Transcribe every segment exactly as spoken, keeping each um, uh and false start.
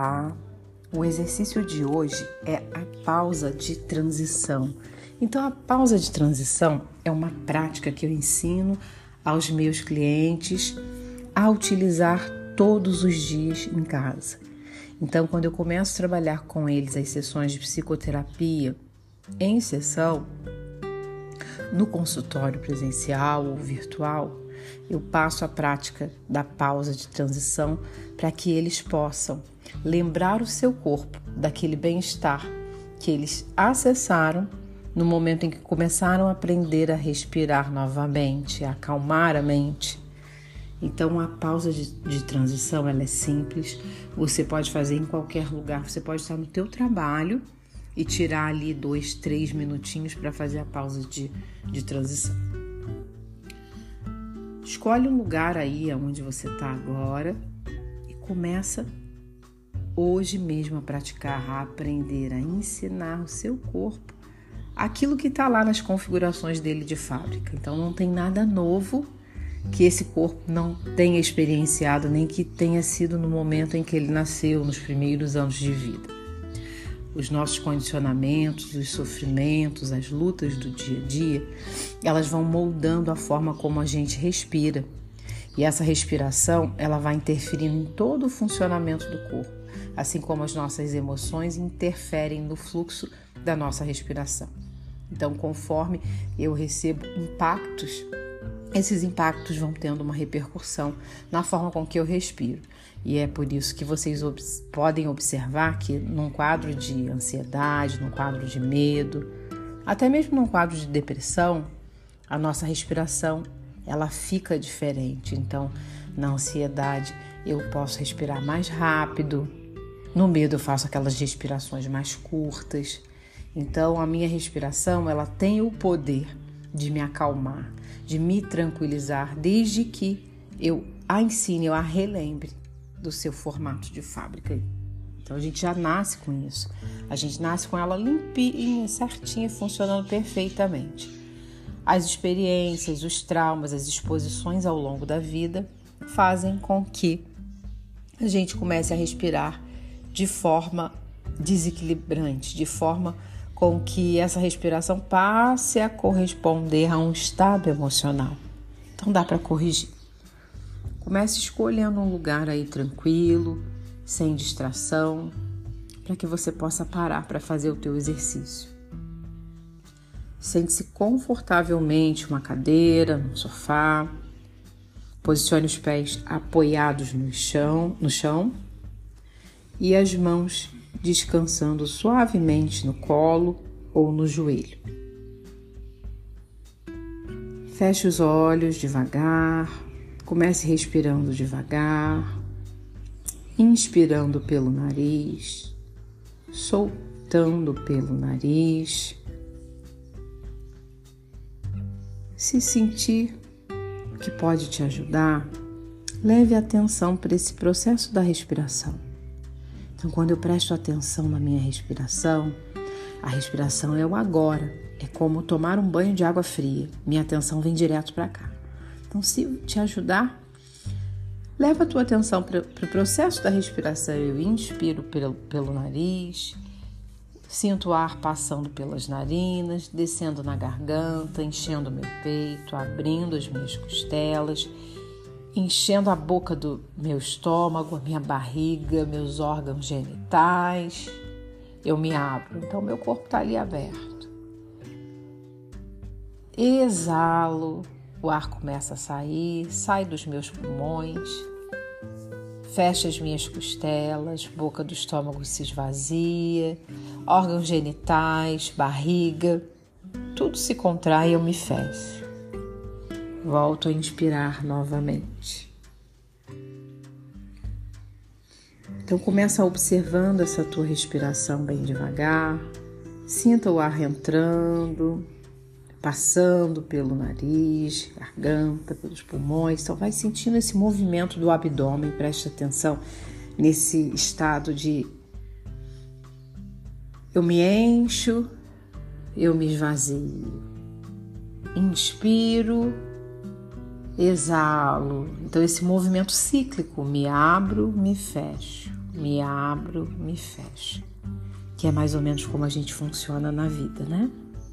Olá! O exercício de hoje é a pausa de transição. Então, a pausa de transição é uma prática que eu ensino aos meus clientes a utilizar todos os dias em casa. Então, quando eu começo a trabalhar com eles as sessões de psicoterapia em sessão, no consultório presencial ou virtual, eu passo a prática da pausa de transição para que eles possam lembrar o seu corpo daquele bem-estar que eles acessaram no momento em que começaram a aprender a respirar novamente, a acalmar a mente. Então, a pausa de, de transição ela é simples, você pode fazer em qualquer lugar, você pode estar no teu trabalho e tirar ali dois, três minutinhos para fazer a pausa de, de transição. Escolhe um lugar aí onde você está agora e começa hoje mesmo a praticar, a aprender, a ensinar o seu corpo aquilo que está lá nas configurações dele de fábrica. Então não tem nada novo que esse corpo não tenha experienciado, nem que tenha sido no momento em que ele nasceu, nos primeiros anos de vida. Os nossos condicionamentos, os sofrimentos, as lutas do dia a dia, elas vão moldando a forma como a gente respira. E essa respiração, ela vai interferindo em todo o funcionamento do corpo, assim como as nossas emoções interferem no fluxo da nossa respiração. Então, conforme eu recebo impactos, esses impactos vão tendo uma repercussão na forma com que eu respiro. E é por isso que vocês ob- podem observar que num quadro de ansiedade, num quadro de medo, até mesmo num quadro de depressão, a nossa respiração ela fica diferente. Então, na ansiedade, eu posso respirar mais rápido. No medo, eu faço aquelas respirações mais curtas. Então, a minha respiração ela tem o poder de me acalmar, de me tranquilizar, desde que eu a ensine, eu a relembre do seu formato de fábrica. Então a gente já nasce com isso. A gente nasce com ela limpinha, certinha, funcionando perfeitamente. As experiências, os traumas, as exposições ao longo da vida fazem com que a gente comece a respirar de forma desequilibrante, de forma com que essa respiração passe a corresponder a um estado emocional. Então dá para corrigir. Comece escolhendo um lugar aí tranquilo, sem distração, para que você possa parar para fazer o teu exercício. Sente-se confortavelmente numa cadeira, no sofá. Posicione os pés apoiados no chão, no chão e as mãos descansando suavemente no colo ou no joelho. Feche os olhos devagar. Comece respirando devagar, inspirando pelo nariz, soltando pelo nariz. Se sentir que pode te ajudar, leve atenção para esse processo da respiração. Então, quando eu presto atenção na minha respiração, a respiração é o agora, é como tomar um banho de água fria. Minha atenção vem direto para cá. Então, se te ajudar, leva a tua atenção para o pro processo da respiração. Eu inspiro pelo, pelo nariz, sinto o ar passando pelas narinas, descendo na garganta, enchendo meu peito, abrindo as minhas costelas, enchendo a boca do meu estômago, a minha barriga, meus órgãos genitais. Eu me abro, então meu corpo está ali aberto. Exalo. O ar começa a sair, sai dos meus pulmões, fecha as minhas costelas, boca do estômago se esvazia, órgãos genitais, barriga, tudo se contrai e eu me fecho. Volto a inspirar novamente. Então começa observando essa tua respiração bem devagar, sinta o ar entrando, passando pelo nariz, garganta, pelos pulmões. Então vai sentindo esse movimento do abdômen, preste atenção nesse estado de eu me encho, eu me esvazio. Inspiro, exalo. Então esse movimento cíclico, me abro, me fecho. me abro, me fecho. Que é mais ou menos como a gente funciona na vida, né?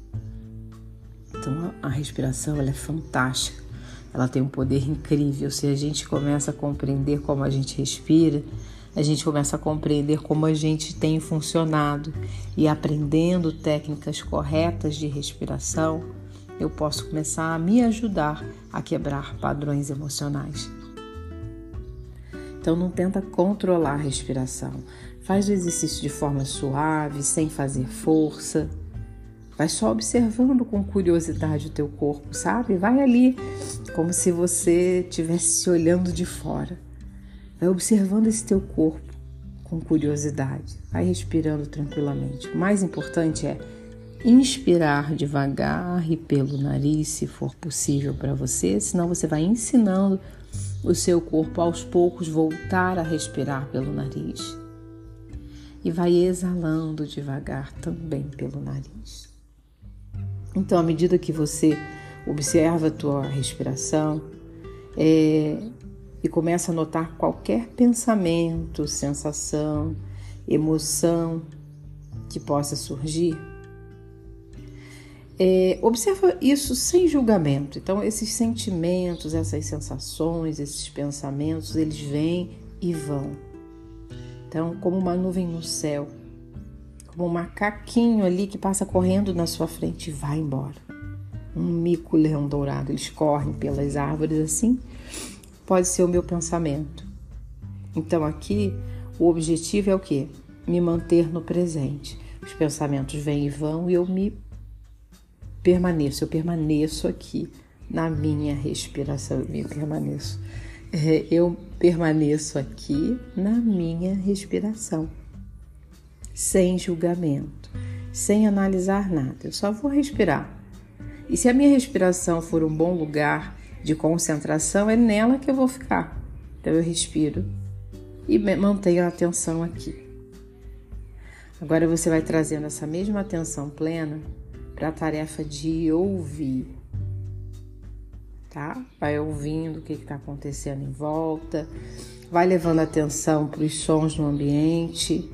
Então a respiração ela é fantástica, ela tem um poder incrível. Se a gente começa a compreender como a gente respira, a gente começa a compreender como a gente tem funcionado, e aprendendo técnicas corretas de respiração, eu posso começar a me ajudar a quebrar padrões emocionais. Então não tenta controlar a respiração, faz o exercício de forma suave, sem fazer força. Vai só observando com curiosidade o teu corpo, sabe? Vai ali como se você estivesse se olhando de fora. Vai observando esse teu corpo com curiosidade. Vai respirando tranquilamente. O mais importante é inspirar devagar e pelo nariz, se for possível para você. Senão você vai ensinando o seu corpo aos poucos voltar a respirar pelo nariz. E vai exalando devagar também pelo nariz. Então, à medida que você observa a tua respiração é, e começa a notar qualquer pensamento, sensação, emoção que possa surgir, é, observa isso sem julgamento. Então, esses sentimentos, essas sensações, esses pensamentos, eles vêm e vão. Então, como uma nuvem no céu, como um macaquinho ali que passa correndo na sua frente e vai embora. Um mico-leão dourado, eles correm pelas árvores assim. Pode ser o meu pensamento. Então aqui o objetivo é o quê? Me manter no presente. Os pensamentos vêm e vão e eu me permaneço, eu permaneço aqui na minha respiração, eu me permaneço. É, eu permaneço aqui na minha respiração. Sem julgamento, sem analisar nada. Eu só vou respirar. E se a minha respiração for um bom lugar de concentração, é nela que eu vou ficar. Então eu respiro e mantenho a atenção aqui. Agora você vai trazendo essa mesma atenção plena para a tarefa de ouvir. Tá? Vai ouvindo o que está acontecendo em volta, vai levando atenção para os sons no ambiente.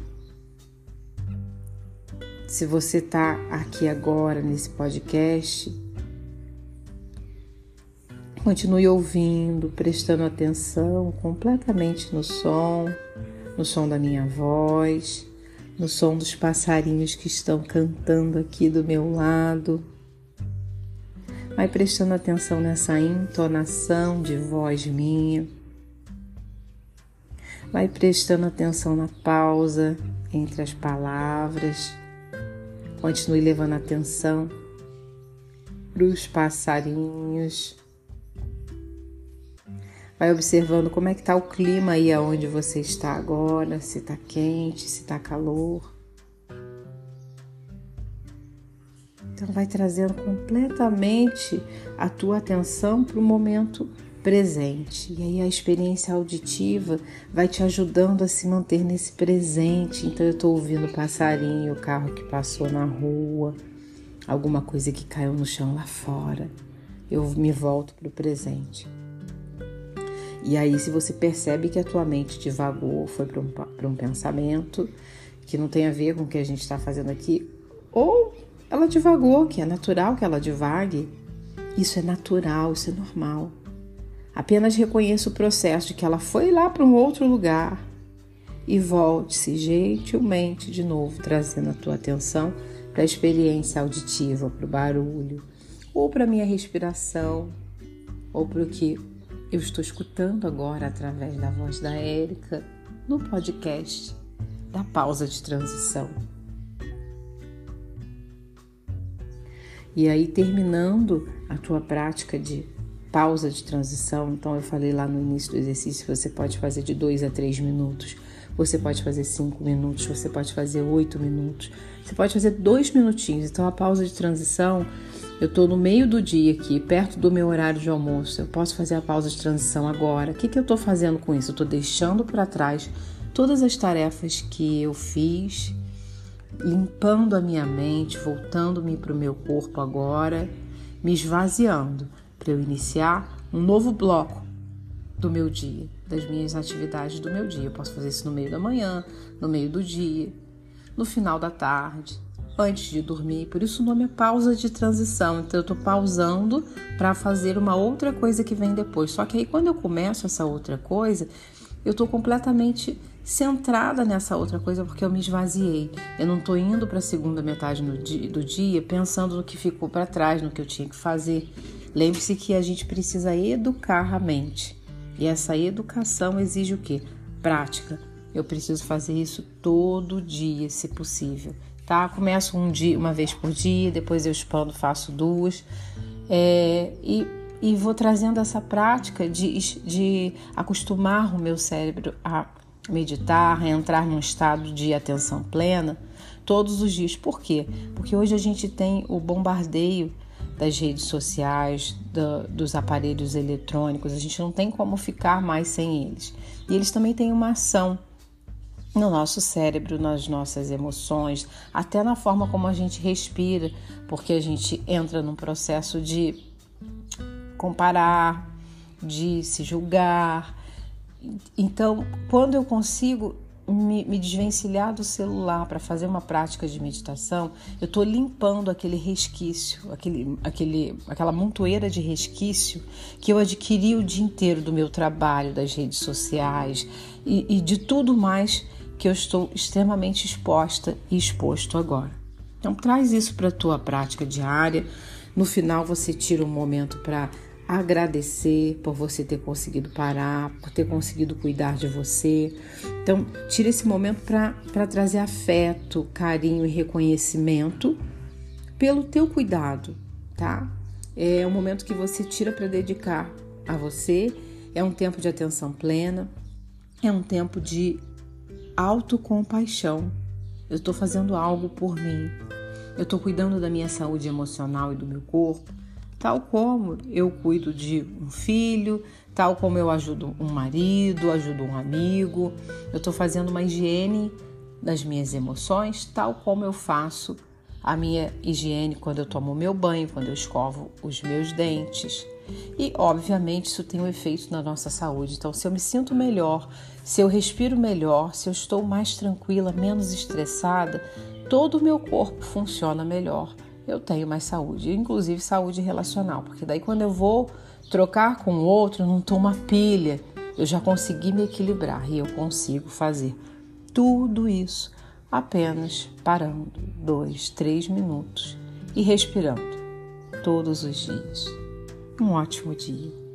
Se você está aqui agora nesse podcast, continue ouvindo, prestando atenção completamente no som, no som da minha voz, no som dos passarinhos que estão cantando aqui do meu lado. Vai prestando atenção nessa entonação de voz minha. Vai prestando atenção na pausa entre as palavras. Continue levando atenção para os passarinhos. Vai observando como é que está o clima aí aonde você está agora, se está quente, se está calor. Então vai trazendo completamente a tua atenção para o momento presente. E aí a experiência auditiva vai te ajudando a se manter nesse presente. Então eu estou ouvindo o passarinho, o carro que passou na rua, alguma coisa que caiu no chão lá fora. Eu me volto para o presente. E aí se você percebe que a tua mente divagou, foi para um, para um pensamento que não tem a ver com o que a gente está fazendo aqui, ou ela divagou, que é natural que ela divague, isso é natural, isso é normal. Apenas reconheça o processo de que ela foi lá para um outro lugar e volte-se gentilmente de novo, trazendo a tua atenção para a experiência auditiva, para o barulho, ou para a minha respiração, ou para o que eu estou escutando agora através da voz da Érica no podcast da pausa de transição. E aí, terminando a tua prática de pausa de transição, então eu falei lá no início do exercício, você pode fazer de dois a três minutos, você pode fazer cinco minutos, você pode fazer oito minutos, você pode fazer dois minutinhos. Então a pausa de transição, eu estou no meio do dia aqui, perto do meu horário de almoço, eu posso fazer a pausa de transição agora. O que, que eu estou fazendo com isso? Eu estou deixando para trás todas as tarefas que eu fiz, limpando a minha mente, voltando-me para o meu corpo agora, me esvaziando, para eu iniciar um novo bloco do meu dia, das minhas atividades do meu dia. Eu posso fazer isso no meio da manhã, no meio do dia, no final da tarde, antes de dormir. Por isso o nome é pausa de transição. Então eu estou pausando para fazer uma outra coisa que vem depois. Só que aí quando eu começo essa outra coisa, eu estou completamente centrada nessa outra coisa porque eu me esvaziei. Eu não estou indo para a segunda metade do dia pensando no que ficou para trás, no que eu tinha que fazer. Lembre-se que a gente precisa educar a mente. E essa educação exige o quê? Prática. Eu preciso fazer isso todo dia, se possível. Tá? Começo um dia, uma vez por dia, depois eu expando, faço duas. É, e, e vou trazendo essa prática de, de acostumar o meu cérebro a meditar, a entrar num estado de atenção plena todos os dias. Por quê? Porque hoje a gente tem o bombardeio das redes sociais, do, dos aparelhos eletrônicos, a gente não tem como ficar mais sem eles. E eles também têm uma ação no nosso cérebro, nas nossas emoções, até na forma como a gente respira, porque a gente entra num processo de comparar, de se julgar. Então, quando eu consigo me, me desvencilhar do celular para fazer uma prática de meditação, eu estou limpando aquele resquício, aquele, aquele, aquela montoeira de resquício que eu adquiri o dia inteiro do meu trabalho, das redes sociais e, e de tudo mais que eu estou extremamente exposta e exposto agora. Então, traz isso para a tua prática diária. No final, você tira um momento para agradecer por você ter conseguido parar, por ter conseguido cuidar de você. Então, tira esse momento para trazer afeto, carinho e reconhecimento pelo teu cuidado, tá? É um momento que você tira para dedicar a você, é um tempo de atenção plena, é um tempo de autocompaixão. Eu estou fazendo algo por mim, eu estou cuidando da minha saúde emocional e do meu corpo, tal como eu cuido de um filho, tal como eu ajudo um marido, ajudo um amigo. Eu estou fazendo uma higiene das minhas emoções, tal como eu faço a minha higiene quando eu tomo meu banho, quando eu escovo os meus dentes. E, obviamente, isso tem um efeito na nossa saúde. Então, se eu me sinto melhor, se eu respiro melhor, se eu estou mais tranquila, menos estressada, todo o meu corpo funciona melhor. Eu tenho mais saúde, inclusive saúde relacional, porque daí quando eu vou trocar com o outro, eu não estou uma pilha, eu já consegui me equilibrar e eu consigo fazer tudo isso apenas parando dois, três minutos e respirando todos os dias. Um ótimo dia.